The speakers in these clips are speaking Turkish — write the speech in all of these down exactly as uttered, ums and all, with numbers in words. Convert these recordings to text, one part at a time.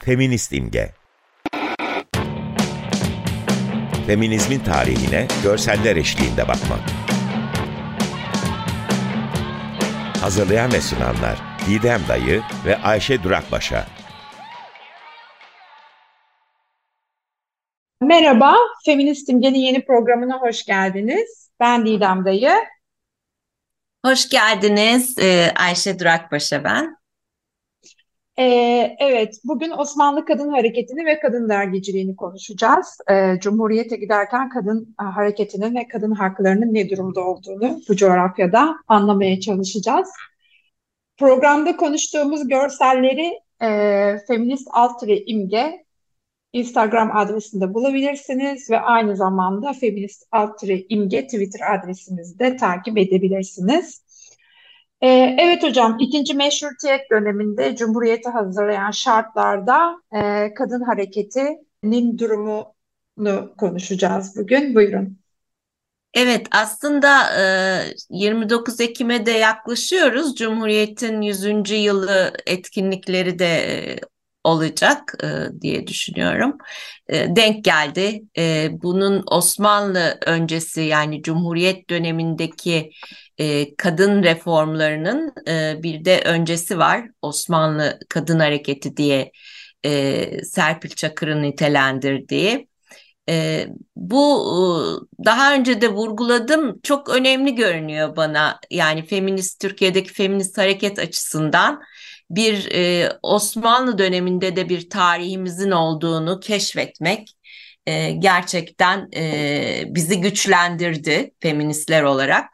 Feminist İmge. Feminizmin tarihine görseller eşliğinde bakmak. Hazırlayan ve sunanlar Didem Dayı ve Ayşe Durakbaşa. Merhaba, Feminist İmge'nin yeni programına hoş geldiniz. Ben Didem Dayı. Hoş geldiniz. Ee, Ayşe Durakbaşa ben. Ee, evet, bugün Osmanlı Kadın Hareketi'ni ve kadın dergiciliğini konuşacağız. Ee, Cumhuriyet'e giderken kadın e, hareketinin ve kadın haklarının ne durumda olduğunu bu coğrafyada anlamaya çalışacağız. Programda konuştuğumuz görselleri e, Feminist Alt-Tire İmge Instagram adresinde bulabilirsiniz ve aynı zamanda Feminist Alt-Tire İmge Twitter adresimizi de takip edebilirsiniz. Ee, evet hocam, ikinci Meşrutiyet döneminde Cumhuriyeti hazırlayan şartlarda e, kadın hareketinin durumunu konuşacağız bugün. Buyurun. Evet, aslında e, yirmi dokuz Ekim'e de yaklaşıyoruz. Cumhuriyet'in yüzüncü yılı etkinlikleri de e, olacak e, diye düşünüyorum. E, denk geldi. E, bunun Osmanlı öncesi, yani Cumhuriyet dönemindeki e, kadın reformlarının e, bir de öncesi var. Osmanlı Kadın Hareketi diye e, Serpil Çakır'ın nitelendirdiği. Ee, bu e, daha önce de vurguladım, çok önemli görünüyor bana. Yani feminist Türkiye'deki feminist hareket açısından bir e, Osmanlı döneminde de bir tarihimizin olduğunu keşfetmek e, gerçekten e, bizi güçlendirdi feministler olarak.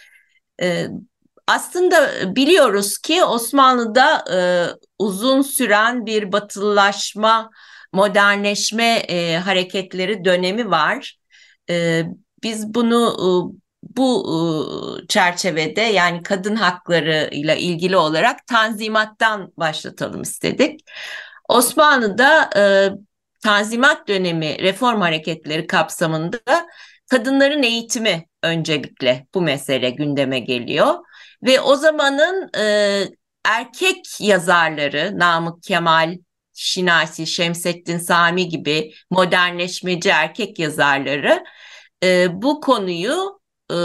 E, Aslında biliyoruz ki Osmanlı'da e, uzun süren bir batılılaşma, modernleşme e, hareketleri dönemi var. E, Biz bunu e, bu e, çerçevede, yani kadın hakları ile ilgili olarak Tanzimat'tan başlatalım istedik. Osmanlı'da e, Tanzimat dönemi reform hareketleri kapsamında kadınların eğitimi öncelikle bu mesele gündeme geliyor. Ve o zamanın e, erkek yazarları Namık Kemal, Şinasi, Şemsettin Sami gibi modernleşmeci erkek yazarları e, bu konuyu e,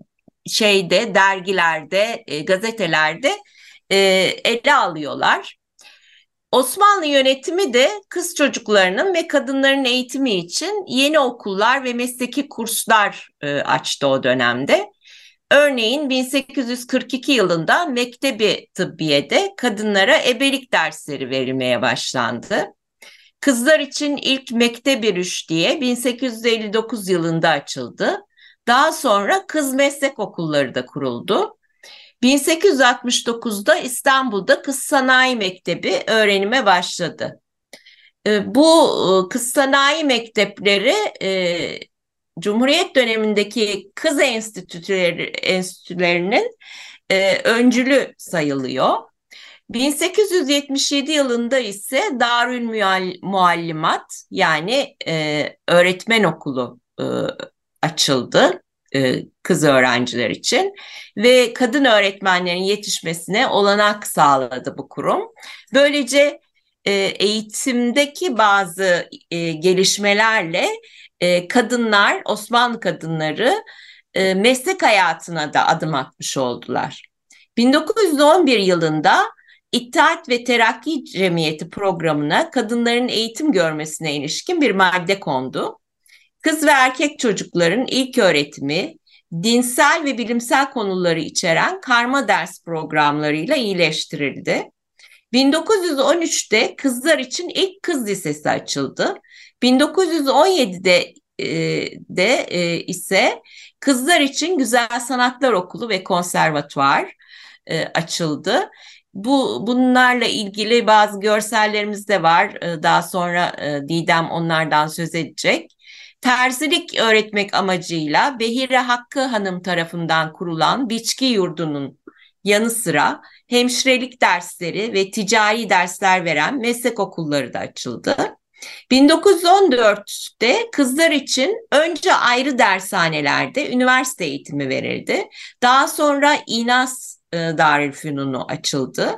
şeyde dergilerde, e, gazetelerde e, ele alıyorlar. Osmanlı yönetimi de kız çocuklarının ve kadınların eğitimi için yeni okullar ve mesleki kurslar e, açtı o dönemde. Örneğin bin sekiz yüz kırk iki yılında Mektebi Tıbbiye'de kadınlara ebelik dersleri verilmeye başlandı. Kızlar için ilk Mektebi Rüşdiye bin sekiz yüz elli dokuz yılında açıldı. Daha sonra kız meslek okulları da kuruldu. bin sekiz yüz altmış dokuzda İstanbul'da Kız Sanayi Mektebi öğrenime başladı. Bu kız sanayi mektepleri Cumhuriyet dönemindeki kız enstitüleri, enstitülerinin öncülü sayılıyor. bin sekiz yüz yetmiş yedi yılında ise Darül Muallimat, yani öğretmen okulu açıldı kız öğrenciler için ve kadın öğretmenlerin yetişmesine olanak sağladı bu kurum. Böylece eğitimdeki bazı gelişmelerle kadınlar, Osmanlı kadınları meslek hayatına da adım atmış oldular. bin dokuz yüz on bir yılında İttihat ve Terakki Cemiyeti programına kadınların eğitim görmesine ilişkin bir madde kondu. Kız ve erkek çocukların ilk öğretimi, dinsel ve bilimsel konuları içeren karma ders programlarıyla iyileştirildi. bin dokuz yüz on üçte kızlar için ilk kız lisesi açıldı. bin dokuz yüz on yedide e, de e, ise kızlar için Güzel Sanatlar Okulu ve Konservatuvar e, açıldı. Bu bunlarla ilgili bazı görsellerimiz de var. E, daha sonra e, Didem onlardan söz edecek. Terzilik öğretmek amacıyla Behire Hakkı Hanım tarafından kurulan Biçki Yurdu'nun yanı sıra hemşirelik dersleri ve ticari dersler veren meslek okulları da açıldı. bin dokuz yüz on dörtte kızlar için önce ayrı dershanelerde üniversite eğitimi verildi. Daha sonra İnas e, Darülfünunu açıldı.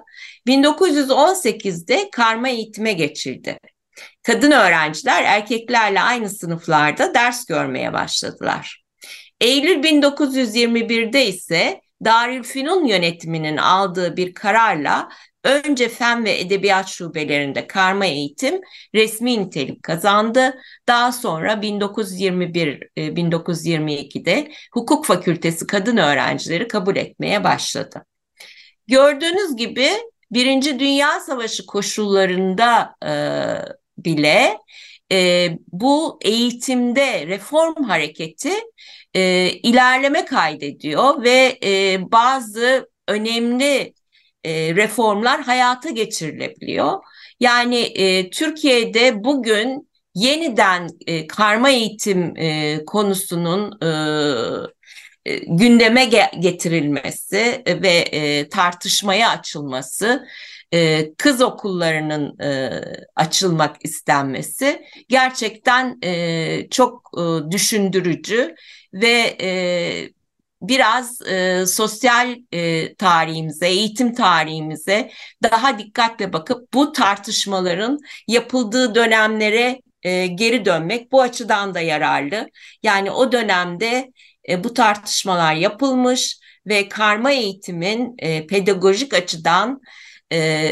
bin dokuz yüz on sekizde karma eğitime geçildi. Kadın öğrenciler erkeklerle aynı sınıflarda ders görmeye başladılar. Eylül bin dokuz yüz yirmi birde ise Darülfünun yönetiminin aldığı bir kararla önce fen ve edebiyat şubelerinde karma eğitim resmi nitelik kazandı. Daha sonra bin dokuz yüz yirmi bir bin dokuz yüz yirmi ikide hukuk fakültesi kadın öğrencileri kabul etmeye başladı. Gördüğünüz gibi Birinci Dünya Savaşı koşullarında e, bile e, bu eğitimde reform hareketi e, ilerleme kaydediyor ve e, bazı önemli e, reformlar hayata geçirilebiliyor. Yani e, Türkiye'de bugün yeniden e, karma eğitim e, konusunun e, e, gündeme ge- getirilmesi ve e, tartışmaya açılması, e, kız okullarının e, açılmak istenmesi gerçekten e, çok e, düşündürücü ve e, biraz e, sosyal e, tarihimize, eğitim tarihimize daha dikkatle bakıp bu tartışmaların yapıldığı dönemlere e, geri dönmek bu açıdan da yararlı. Yani o dönemde e, bu tartışmalar yapılmış ve karma eğitimin e, pedagojik açıdan e,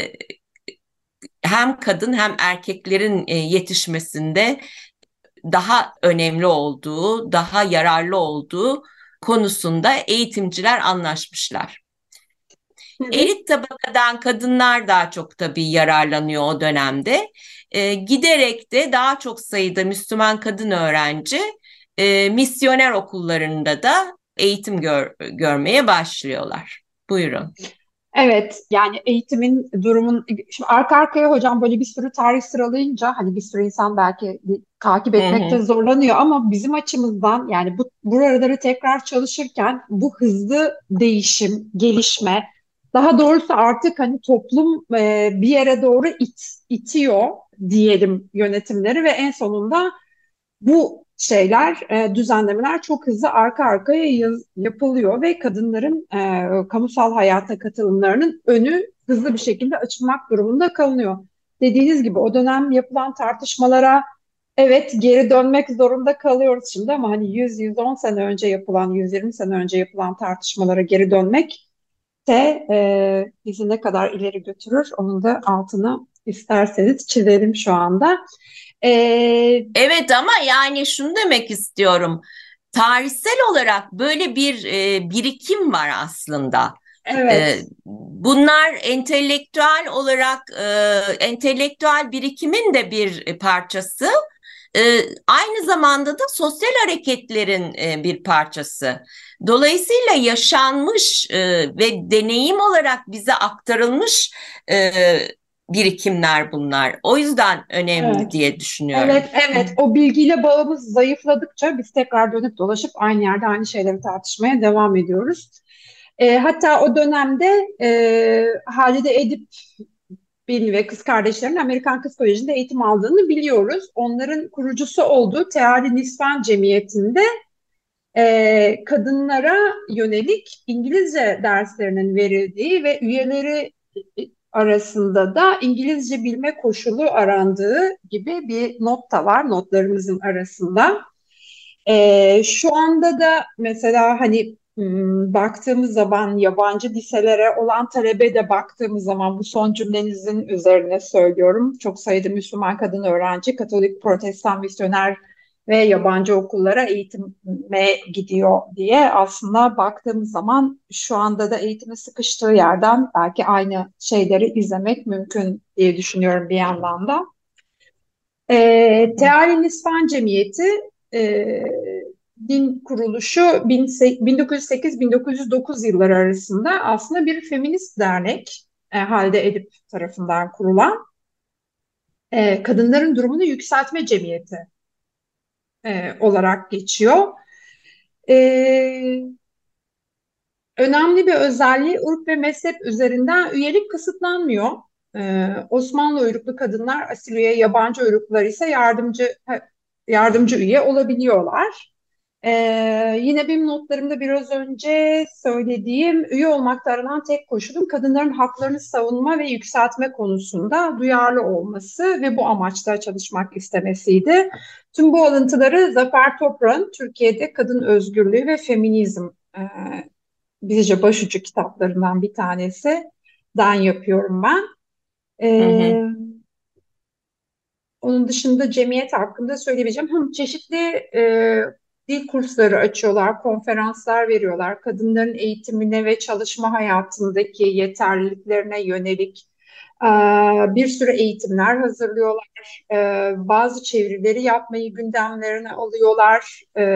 hem kadın hem erkeklerin e, yetişmesinde daha önemli olduğu, daha yararlı olduğu konusunda eğitimciler anlaşmışlar. Hı hı. Elit tabakadan kadınlar daha çok tabii yararlanıyor o dönemde. E, giderek de daha çok sayıda Müslüman kadın öğrenci e, misyoner okullarında da eğitim gör, görmeye başlıyorlar. Buyurun. Evet, yani eğitimin durumun şimdi arka arkaya hocam böyle bir sürü tarih sıralayınca hani bir sürü insan belki bir, takip Hı etmekte hı. zorlanıyor ama bizim açımızdan yani bu buraları tekrar çalışırken bu hızlı değişim, gelişme daha doğrusu artık hani toplum e, bir yere doğru it, itiyor diyelim yönetimleri ve en sonunda bu şeyler, e, düzenlemeler çok hızlı arka arkaya yaz- yapılıyor ve kadınların e, kamusal hayata katılımlarının önü hızlı bir şekilde açılmak durumunda kalınıyor. Dediğiniz gibi o dönem yapılan tartışmalara evet geri dönmek zorunda kalıyoruz şimdi ama hani yüz yüz on sene önce yapılan, yüz yirmi sene önce yapılan tartışmalara geri dönmek de e, bizi ne kadar ileri götürür onun da altını isterseniz çizelim şu anda. E, Evet ama yani şunu demek istiyorum. Tarihsel olarak böyle bir e, birikim var aslında. E, evet. bunlar entelektüel olarak e, entelektüel birikimin de bir parçası. E, aynı zamanda da sosyal hareketlerin e, bir parçası. Dolayısıyla yaşanmış e, ve deneyim olarak bize aktarılmış e, birikimler bunlar. O yüzden önemli Evet. diye düşünüyorum. Evet, evet. O bilgiyle bağımız zayıfladıkça biz tekrar dönüp dolaşıp aynı yerde aynı şeyleri tartışmaya devam ediyoruz. E, hatta o dönemde e, Halide Edip Bin ve kız kardeşlerinin Amerikan Kız Koleji'nde eğitim aldığını biliyoruz. Onların kurucusu olduğu Teari Nisvan Cemiyeti'nde e, kadınlara yönelik İngilizce derslerinin verildiği ve üyeleri arasında da İngilizce bilme koşulu arandığı gibi bir not da var notlarımızın arasında. E, şu anda da mesela hani hmm, baktığımız zaman yabancı liselere olan talebe de baktığımız zaman bu son cümlenizin üzerine söylüyorum. Çok sayıda Müslüman kadın öğrenci, Katolik, Protestan, misyoner ve yabancı okullara eğitime gidiyor diye aslında baktığımız zaman şu anda da eğitimin sıkıştığı yerden belki aynı şeyleri izlemek mümkün diye düşünüyorum bir yandan da. E, Teali Nisvan Cemiyeti e, din kuruluşu bin dokuz yüz sekiz bin dokuz yüz dokuz yılları arasında aslında bir feminist dernek e, Halide Edip tarafından kurulan e, kadınların durumunu yükseltme cemiyeti e, olarak geçiyor. E, önemli bir özelliği ırk ve mezhep üzerinden üyelik kısıtlanmıyor. E, Osmanlı uyruklu kadınlar asil üye, yabancı uyruklular ise yardımcı yardımcı üye olabiliyorlar. Ee, Yine benim notlarımda biraz önce söylediğim üye olmakta aranan tek koşulun kadınların haklarını savunma ve yükseltme konusunda duyarlı olması ve bu amaçla çalışmak istemesiydi. Tüm bu alıntıları Zafer Toprak'ın Türkiye'de Kadın Özgürlüğü ve Feminizm e, bizce başucu kitaplarından bir tanesinden yapıyorum ben. Hı hı. Ee, Onun dışında cemiyet hakkında söyleyebileceğim. Hem çeşitli e, dil kursları açıyorlar, konferanslar veriyorlar. Kadınların eğitimine ve çalışma hayatındaki yeterliliklerine yönelik e, bir sürü eğitimler hazırlıyorlar. E, bazı çevirileri yapmayı gündemlerine alıyorlar. E,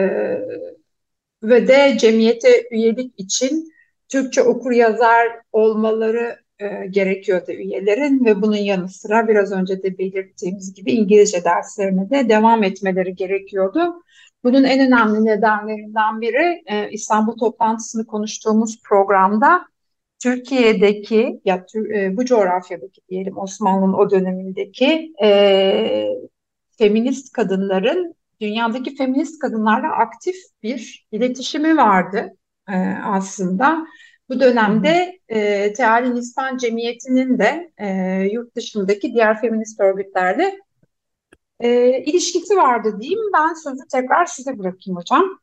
Ve de cemiyete üyelik için Türkçe okur yazar olmaları e, gerekiyordu üyelerin ve bunun yanı sıra biraz önce de belirttiğimiz gibi İngilizce derslerine de devam etmeleri gerekiyordu. Bunun en önemli nedenlerinden biri e, İstanbul toplantısını konuştuğumuz programda Türkiye'deki ya e, bu coğrafyadaki diyelim Osmanlı'nın o dönemindeki e, feminist kadınların dünyadaki feminist kadınlarla aktif bir iletişimi vardı e, aslında. Bu Hı hı. dönemde e, Teali Nispan Cemiyeti'nin de e, yurt dışındaki diğer feminist örgütlerle e, ilişkisi vardı diyeyim. Ben sözü tekrar size bırakayım hocam.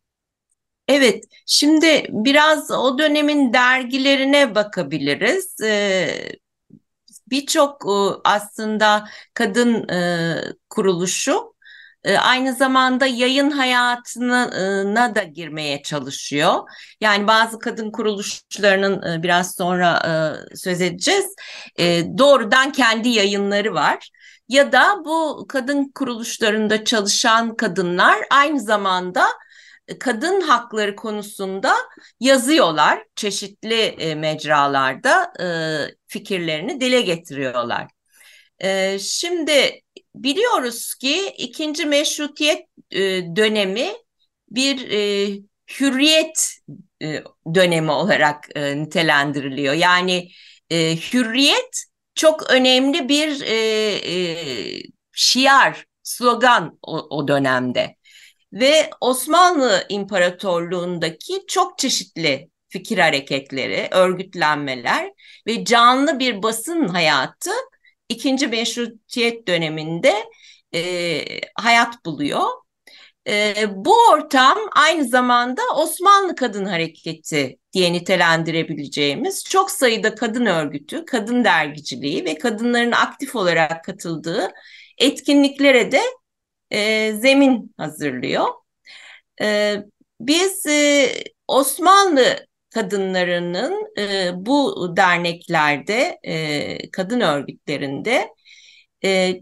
Evet, şimdi biraz o dönemin dergilerine bakabiliriz. Ee, birçok e, aslında kadın e, kuruluşu e, aynı zamanda yayın hayatına da girmeye çalışıyor. Yani bazı kadın kuruluşlarının e, biraz sonra e, söz edeceğiz. E, doğrudan kendi yayınları var. Ya da bu kadın kuruluşlarında çalışan kadınlar aynı zamanda kadın hakları konusunda yazıyorlar. Çeşitli e, mecralarda e, fikirlerini dile getiriyorlar. E, şimdi biliyoruz ki ikinci meşrutiyet e, dönemi bir e, hürriyet e, dönemi olarak e, nitelendiriliyor. Yani e, hürriyet çok önemli bir e, e, şiar, slogan o, o dönemde. Ve Osmanlı İmparatorluğundaki çok çeşitli fikir hareketleri, örgütlenmeler ve canlı bir basın hayatı ikinci Meşrutiyet döneminde e, hayat buluyor. E, bu ortam aynı zamanda Osmanlı Kadın Hareketi diye nitelendirebileceğimiz çok sayıda kadın örgütü, kadın dergiciliği ve kadınların aktif olarak katıldığı etkinliklere de e, zemin hazırlıyor. E, biz e, Osmanlı kadınlarının e, bu derneklerde, e, kadın örgütlerinde e,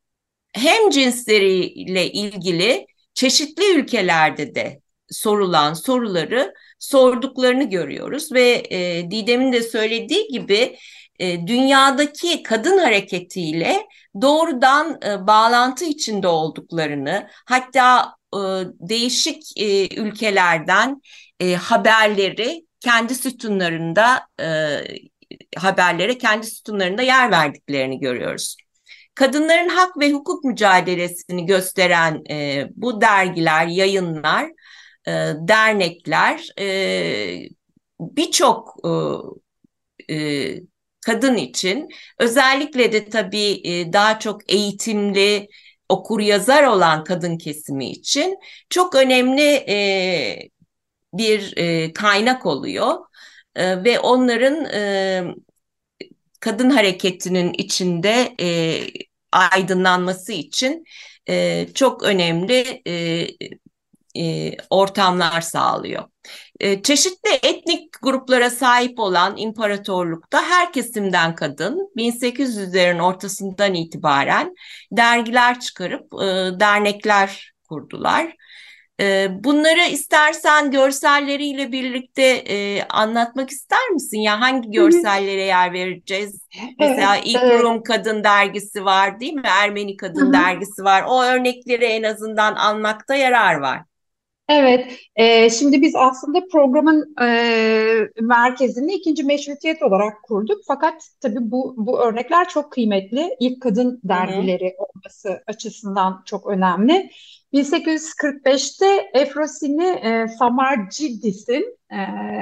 hem cinsleriyle ilgili çeşitli ülkelerde de sorulan soruları sorduklarını görüyoruz ve e, Didem'in de söylediği gibi e, dünyadaki kadın hareketiyle doğrudan e, bağlantı içinde olduklarını, hatta e, değişik e, ülkelerden e, haberleri kendi sütunlarında e, haberlere kendi sütunlarında yer verdiklerini görüyoruz. Kadınların hak ve hukuk mücadelesini gösteren e, bu dergiler, yayınlar, e, dernekler e, birçok e, e, kadın için, özellikle de tabii e, daha çok eğitimli, okur yazar olan kadın kesimi için çok önemli e, bir e, kaynak oluyor. E, ve onların e, kadın hareketinin içinde e, aydınlanması için e, çok önemli e, e, ortamlar sağlıyor. E, çeşitli etnik gruplara sahip olan imparatorlukta her kesimden kadın bin sekiz yüzlerin ortasından itibaren dergiler çıkarıp e, dernekler kurdular. E, bunları istersen görselleriyle birlikte e, anlatmak ister misin? Ya hangi Hı hı. görsellere yer vereceğiz? Mesela Evet, İlk e, Rum Kadın Dergisi var, değil mi? Ermeni hı Kadın hı. Dergisi var. O örnekleri en azından almakta yarar var. Evet, e, şimdi biz aslında programın e, merkezini ikinci meşrutiyet olarak kurduk. Fakat tabii bu, bu örnekler çok kıymetli. İlk kadın Hı hı. dergileri olması açısından çok önemli. bin sekiz yüz kırk beşte Efrosini e, Samarcidis'in e,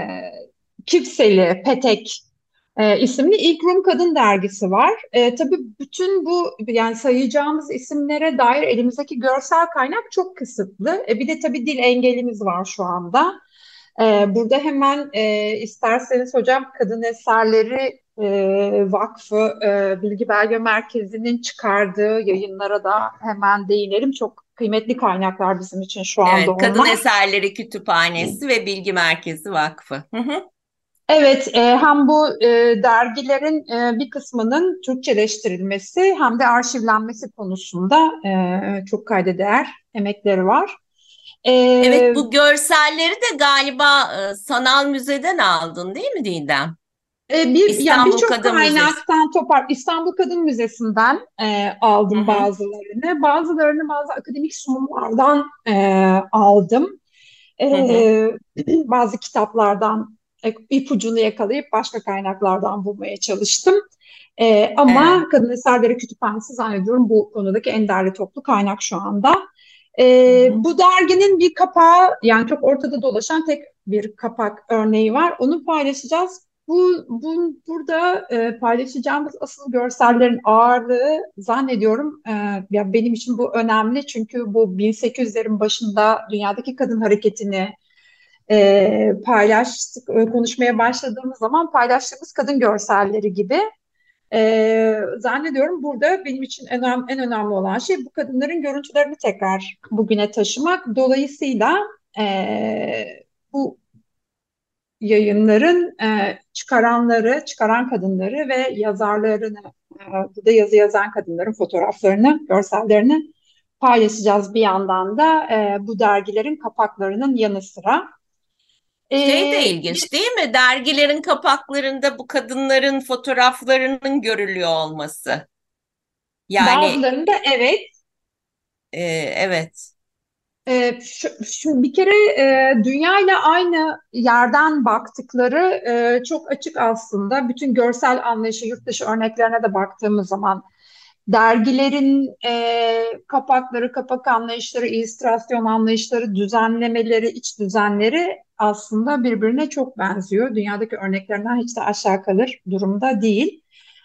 Küpseli Petek e, isimli ilk Rum kadın dergisi var. E, tabii bütün bu yani sayacağımız isimlere dair elimizdeki görsel kaynak çok kısıtlı. E, bir de tabii dil engelimiz var şu anda. E, burada hemen e, isterseniz hocam Kadın Eserleri e, Vakfı e, Bilgi Belge Merkezi'nin çıkardığı yayınlara da hemen değinelim. Çok kıymetli kaynaklar bizim için şu anda Evet, Kadın onlar. Eserleri Kütüphanesi ve Bilgi Merkezi Vakfı. Hı hı. Evet, e, hem bu e, dergilerin e, bir kısmının Türkçeleştirilmesi hem de arşivlenmesi konusunda e, çok kayda değer emekleri var. Evet, E, bu görselleri de galiba e, Sanal Müze'den aldın değil mi Didem? e, bir yani İstanbul birçok Kadın Müzesi. kaynaktan topar İstanbul Kadın Müzesi'nden e, Hı aldım hı. bazılarını, bazılarını bazı akademik sunumlardan e, aldım. Hı hı. E, Bazı kitaplardan e, ipucunu yakalayıp başka kaynaklardan bulmaya çalıştım. Ee, Evet. ama Kadın Eserleri Kütüphanesi zannediyorum bu konudaki en değerli toplu kaynak şu anda. Hı Ee, hı. bu derginin bir kapağı yani çok ortada dolaşan tek bir kapak örneği var. Onu paylaşacağız. Bu, bu burada e, paylaşacağımız asıl görsellerin ağırlığı zannediyorum e, ya benim için bu önemli çünkü bu bin sekiz yüzlerin başında dünyadaki kadın hareketini e, paylaştık, e, konuşmaya başladığımız zaman paylaştığımız kadın görselleri gibi. Ee, zannediyorum burada benim için en, önem- en önemli olan şey bu kadınların görüntülerini tekrar bugüne taşımak. Dolayısıyla ee, bu yayınların ee, çıkaranları, çıkaran kadınları ve yazarlarını, ee, burada yazı yazan kadınların fotoğraflarını, görsellerini paylaşacağız bir yandan da ee, bu dergilerin kapaklarının yanı sıra. Şey de Ee, ilginç değil mi? Dergilerin kapaklarında bu kadınların fotoğraflarının görülüyor olması. Yani Bazılarında evet. e, evet. Ee, şu, şu bir kere e, dünya ile aynı yerden baktıkları e, çok açık aslında. Bütün görsel anlayışı, yurt dışı örneklerine de baktığımız zaman dergilerin e, kapakları, kapak anlayışları, illüstrasyon anlayışları, düzenlemeleri, iç düzenleri aslında birbirine çok benziyor. Dünyadaki örneklerinden hiç de aşağı kalır durumda değil.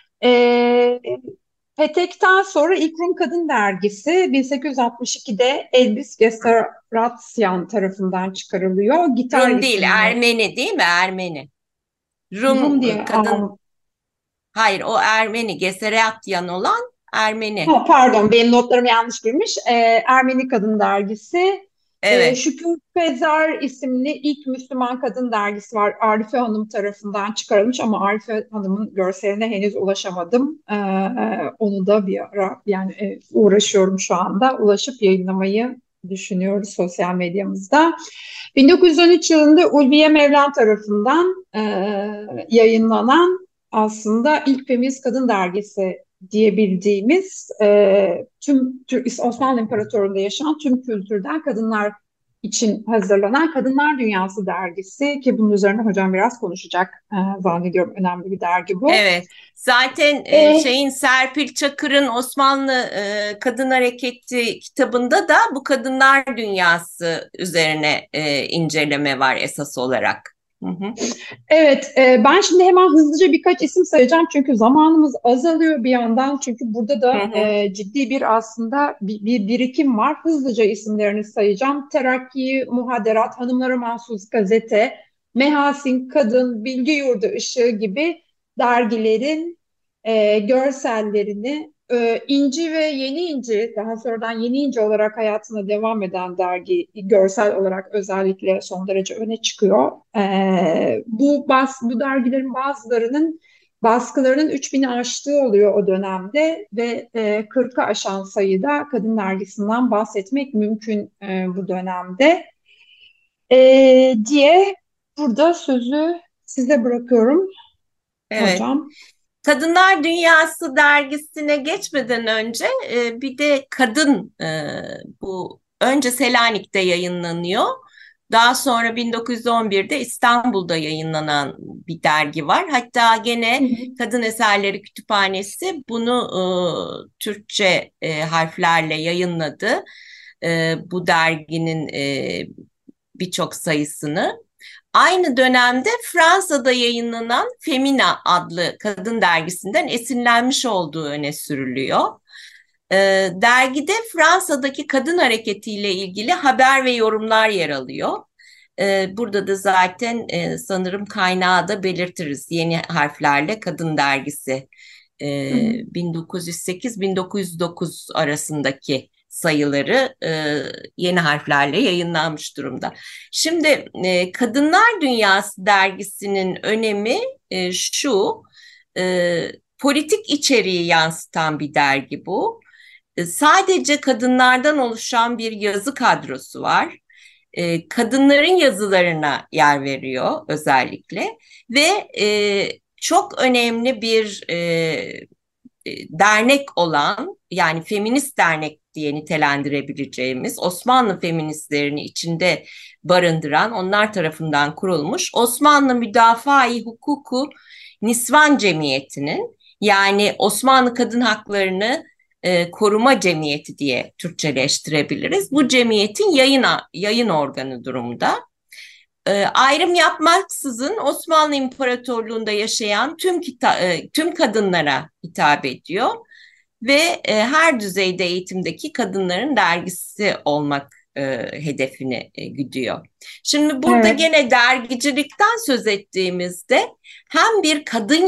E, Petek'ten sonra ilk Rum Kadın Dergisi bin sekiz yüz altmış ikide Elvis Gesarasyan tarafından çıkarılıyor. Gitar Rum değil, isimli. Ermeni değil mi? Ermeni. Rum Rum e, diye kadın, am, hayır o Ermeni, Geseratyan olan Ermeni. ha, pardon benim notlarım yanlış girmiş. Ee, Ermeni Kadın Dergisi. Ee, Evet. Şükür Fezar isimli ilk Müslüman kadın dergisi var. Arife Hanım tarafından çıkarılmış ama Arife Hanım'ın görseline henüz ulaşamadım. Ee, onu da bir ara yani e, uğraşıyorum şu anda. Ulaşıp yayınlamayı düşünüyoruz sosyal medyamızda. bin dokuz yüz on üç yılında Ulviye Mevlan tarafından e, yayınlanan aslında ilk feminist kadın dergisi diyebildiğimiz e, tüm Osmanlı İmparatorluğu'nda yaşayan tüm kültürden kadınlar için hazırlanan Kadınlar Dünyası dergisi ki bunun üzerine hocam biraz konuşacak e, zannediyorum önemli bir dergi bu. Evet. Zaten e, E, şeyin Serpil Çakır'ın Osmanlı e, Kadın Hareketi kitabında da bu kadınlar dünyası üzerine e, inceleme var esas olarak. Hı hı. Evet, e, ben şimdi hemen hızlıca birkaç isim sayacağım çünkü zamanımız azalıyor bir yandan çünkü burada Hı da hı. e, ciddi bir aslında bir, bir birikim var. Hızlıca isimlerini sayacağım. Terakki, Muhaderat, Hanımlara Mahsus Gazete, Mehasin Kadın, Bilgi Yurdu Işığı gibi dergilerin e, görsellerini e, İnci ve Yeni İnci, daha sonradan Yeni İnci olarak hayatına devam eden dergi görsel olarak özellikle son derece öne çıkıyor. E, bu bas, bu dergilerin bazılarının baskılarının üç bini aştığı oluyor o dönemde ve e, kırkı aşan sayıda kadın dergisinden bahsetmek mümkün e, bu dönemde. E, diye burada sözü size bırakıyorum Evet. hocam. Kadınlar Dünyası dergisine geçmeden önce e, bir de kadın e, bu önce Selanik'te yayınlanıyor. Daha sonra bin dokuz yüz on birde İstanbul'da yayınlanan bir dergi var. Hatta gene Kadın Eserleri Kütüphanesi bunu e, Türkçe e, harflerle yayınladı. E, bu derginin e, birçok sayısını. Aynı dönemde Fransa'da yayınlanan Femina adlı kadın dergisinden esinlenmiş olduğu öne sürülüyor. E, dergide Fransa'daki kadın hareketiyle ilgili haber ve yorumlar yer alıyor. E, burada da zaten e, sanırım kaynağı da belirtiriz. Yeni harflerle Kadın Dergisi e, bin dokuz yüz sekiz bin dokuz yüz dokuz arasındaki sayıları e, yeni harflerle yayınlanmış durumda. Şimdi e, Kadınlar Dünyası dergisinin önemi e, şu, e, politik içeriği yansıtan bir dergi bu. E, sadece kadınlardan oluşan bir yazı kadrosu var. E, kadınların yazılarına yer veriyor özellikle ve e, çok önemli bir e, dernek olan, yani feminist dernek diye nitelendirebileceğimiz, Osmanlı feministlerini içinde barındıran, onlar tarafından kurulmuş Osmanlı Müdafaa-i Hukuku Nisvan Cemiyeti'nin, yani Osmanlı Kadın Haklarını e, Koruma Cemiyeti diye Türkçeleştirebiliriz. Bu cemiyetin yayın, yayın organı durumda. E, ayrım yapmaksızın Osmanlı İmparatorluğu'nda yaşayan tüm kita- e, tüm kadınlara hitap ediyor ve e, her düzeyde eğitimdeki kadınların dergisi olmak e, hedefini e, güdüyor. Şimdi burada Evet. gene dergicilikten söz ettiğimizde hem bir kadın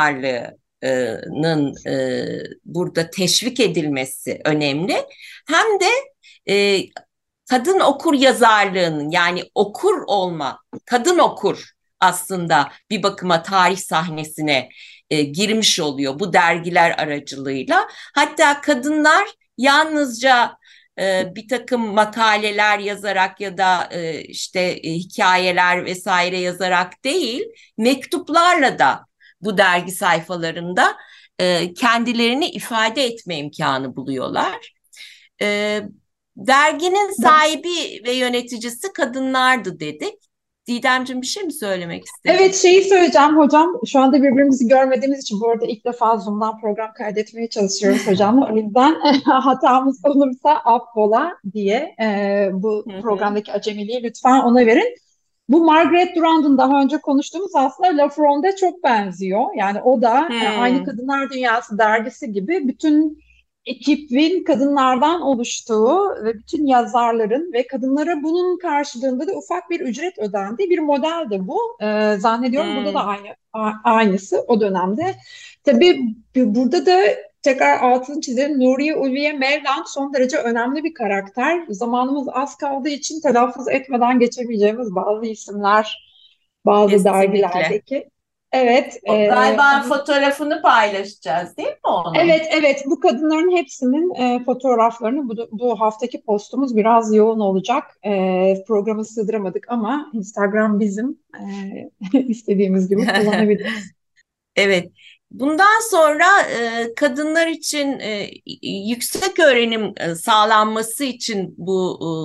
yazarlığının e, burada teşvik edilmesi önemli, hem de e, kadın okur yazarlığının, yani okur olma, kadın okur aslında bir bakıma tarih sahnesine e, girmiş oluyor bu dergiler aracılığıyla. Hatta kadınlar yalnızca e, bir takım makaleler yazarak ya da e, işte e, hikayeler vesaire yazarak değil, mektuplarla da bu dergi sayfalarında e, kendilerini ifade etme imkanı buluyorlar. E, Derginin sahibi ve yöneticisi kadınlardı dedik. Didemciğim, bir şey mi söylemek istedin? Evet, şeyi söyleyeceğim hocam. Şu anda birbirimizi görmediğimiz için, bu arada ilk defa Zoom'dan program kaydetmeye çalışıyoruz hocamla. O yüzden hatamız olursa affola diye e, bu Hı hı. programdaki acemiliği lütfen ona verin. Bu Margaret Durand'ın daha önce konuştuğumuz aslında La Fronde'e çok benziyor. Yani o da e, aynı Hmm. Kadınlar Dünyası dergisi gibi bütün ekibin kadınlardan oluştuğu ve bütün yazarların ve kadınlara bunun karşılığında da ufak bir ücret ödendiği bir model de bu. Ee, zannediyorum burada da Hmm. aynı a- aynısı o dönemde. Tabii bu- burada da tekrar altını çizelim. Nuriye Ulviye Mevlam son derece önemli bir karakter. Zamanımız az kaldığı için telaffuz etmeden geçemeyeceğimiz bazı isimler, bazı Kesinlikle. dergilerdeki. Evet, O, e, galiba fotoğrafını paylaşacağız değil mi onun? Evet, evet. Bu kadınların hepsinin e, fotoğraflarını bu, bu haftaki postumuz biraz yoğun olacak. E, programı sığdıramadık ama Instagram bizim. E, istediğimiz gibi kullanabiliriz. Evet. Bundan sonra e, kadınlar için e, yüksek öğrenim e, sağlanması için bu e,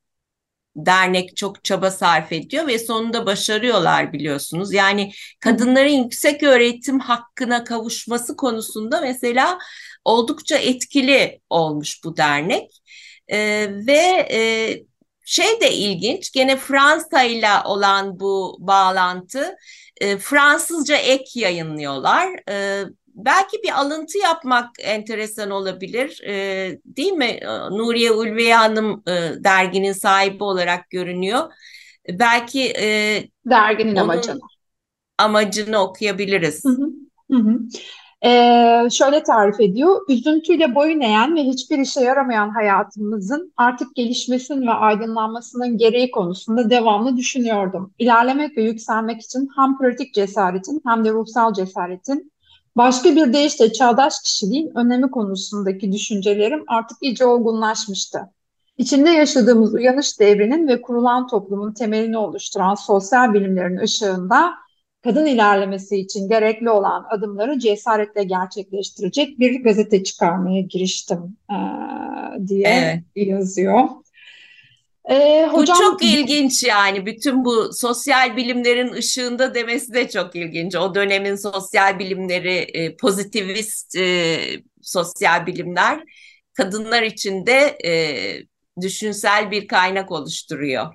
dernek çok çaba sarf ediyor ve sonunda başarıyorlar, biliyorsunuz. Yani Hı hı. kadınların yüksek öğretim hakkına kavuşması konusunda mesela oldukça etkili olmuş bu dernek. Ee, ve e, şey de ilginç, gene Fransa ile olan bu bağlantı, e, Fransızca ek yayınlıyorlar. E, belki bir alıntı yapmak enteresan olabilir, e, değil mi? E, Nuriye Ulviye Hanım e, derginin sahibi olarak görünüyor. Belki e, Derginin amacı. onun amacını Hı okuyabiliriz. hı. Hı hı. Ee, şöyle tarif ediyor. Üzüntüyle boyun eğen ve hiçbir işe yaramayan hayatımızın artık gelişmesinin ve aydınlanmasının gereği konusunda devamlı düşünüyordum. İlerlemek ve yükselmek için hem pratik cesaretin hem de ruhsal cesaretin, başka bir deyişle çağdaş kişiliğin önemi konusundaki düşüncelerim artık iyice olgunlaşmıştı. İçinde yaşadığımız uyanış devrinin ve kurulan toplumun temelini oluşturan sosyal bilimlerin ışığında kadın ilerlemesi için gerekli olan adımları cesaretle gerçekleştirecek bir gazete çıkarmaya giriştim eee, diye Evet. yazıyor. E, Bu hocam çok ilginç yani bütün bu sosyal bilimlerin ışığında demesi de çok ilginç. O dönemin sosyal bilimleri, e, pozitivist e, sosyal bilimler kadınlar için de e, düşünsel bir kaynak oluşturuyor.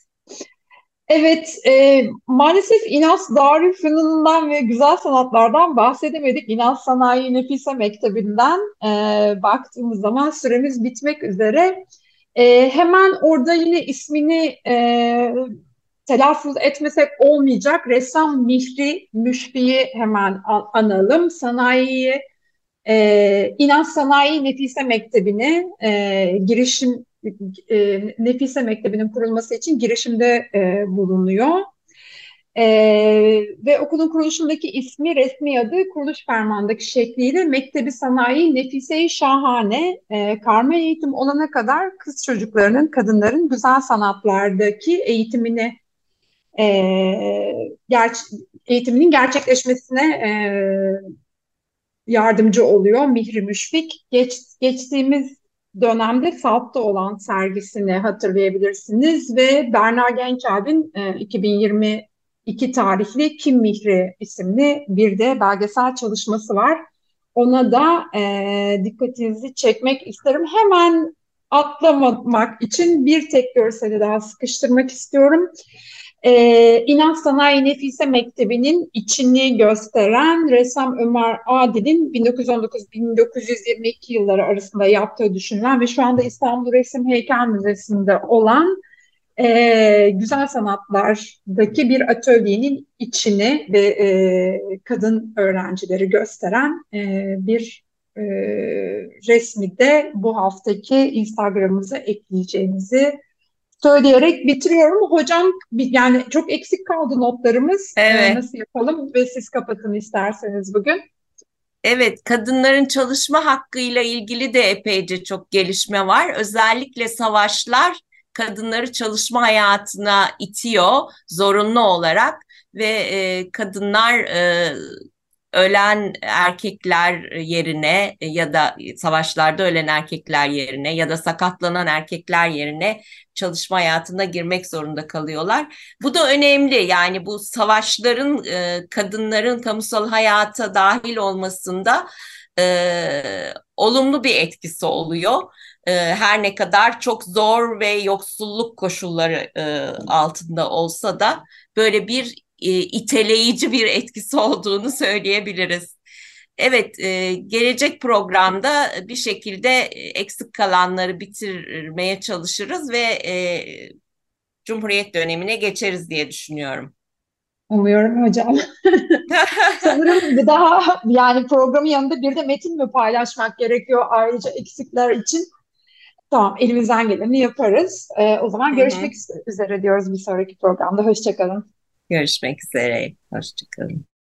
evet, e, maalesef İNAS Darülfünun'dan ve güzel sanatlardan bahsedemedik. İNAS Sanayi Nefise Mektebi'nden e, baktığımız zaman süremiz bitmek üzere. E, hemen orada yine ismini e, telaffuz etmesek olmayacak. Ressam Mihri Müşfi'yi hemen an- analım. Sanayiyi, e, İNAS Sanayi Nefise Mektebi'ne e, girişim e, Nefise Mektebi'nin kurulması için girişimde e, bulunuyor. E, Ve okulun kuruluşundaki ismi, resmi adı, kuruluş fermanındaki şekliyle Mektebi Sanayi Nefise-i Şahane. E, karma eğitim olana kadar kız çocuklarının, kadınların güzel sanatlardaki eğitimini e, ger- eğitiminin gerçekleşmesine e, yardımcı oluyor Mihri Müşfik. Geç, geçtiğimiz dönemde Salt'ta olan sergisini hatırlayabilirsiniz ve Berna Gençalp'in e, iki bin yirmi iki tarihli Kim Mihri isimli bir de belgesel çalışması var. Ona da e, dikkatinizi çekmek isterim. Hemen atlamamak için bir tek görseli daha sıkıştırmak istiyorum. Ee, İnanç Sanayi Nefise Mektebi'nin içini gösteren ressam Ömer Adil'in bin dokuz yüz on dokuz - bin dokuz yüz yirmi iki yılları arasında yaptığı düşünülen ve şu anda İstanbul Resim Heykel Müzesi'nde olan e, güzel sanatlardaki bir atölyenin içini ve e, kadın öğrencileri gösteren e, bir e, resmi de bu haftaki Instagram'ımıza ekleyeceğimizi söyleyerek bitiriyorum. Hocam yani çok eksik kaldı notlarımız. Ee, Evet. nasıl yapalım ve siz kapatın isterseniz bugün. Evet, kadınların çalışma hakkıyla ilgili de epeyce çok gelişme var. Özellikle savaşlar kadınları çalışma hayatına itiyor zorunlu olarak ve e, kadınlar e, ölen erkekler yerine ya da savaşlarda ölen erkekler yerine ya da sakatlanan erkekler yerine çalışma hayatına girmek zorunda kalıyorlar. Bu da önemli. Yani bu savaşların e, kadınların kamusal hayata dahil olmasında e, olumlu bir etkisi oluyor. E, her ne kadar çok zor ve yoksulluk koşulları e, altında olsa da böyle bir e, iteleyici bir etkisi olduğunu söyleyebiliriz. Evet, e, gelecek programda bir şekilde eksik kalanları bitirmeye çalışırız ve e, Cumhuriyet dönemine geçeriz diye düşünüyorum. Umuyorum hocam. Sanırım bir daha yani programın yanında bir de metin mi paylaşmak gerekiyor ayrıca eksikler için? Tamam, elimizden geleni yaparız. Ee, o zaman Hı hı. görüşmek üzere diyoruz bir sonraki programda. Hoşçakalın. Görüşmek üzere. Hoşçakalın.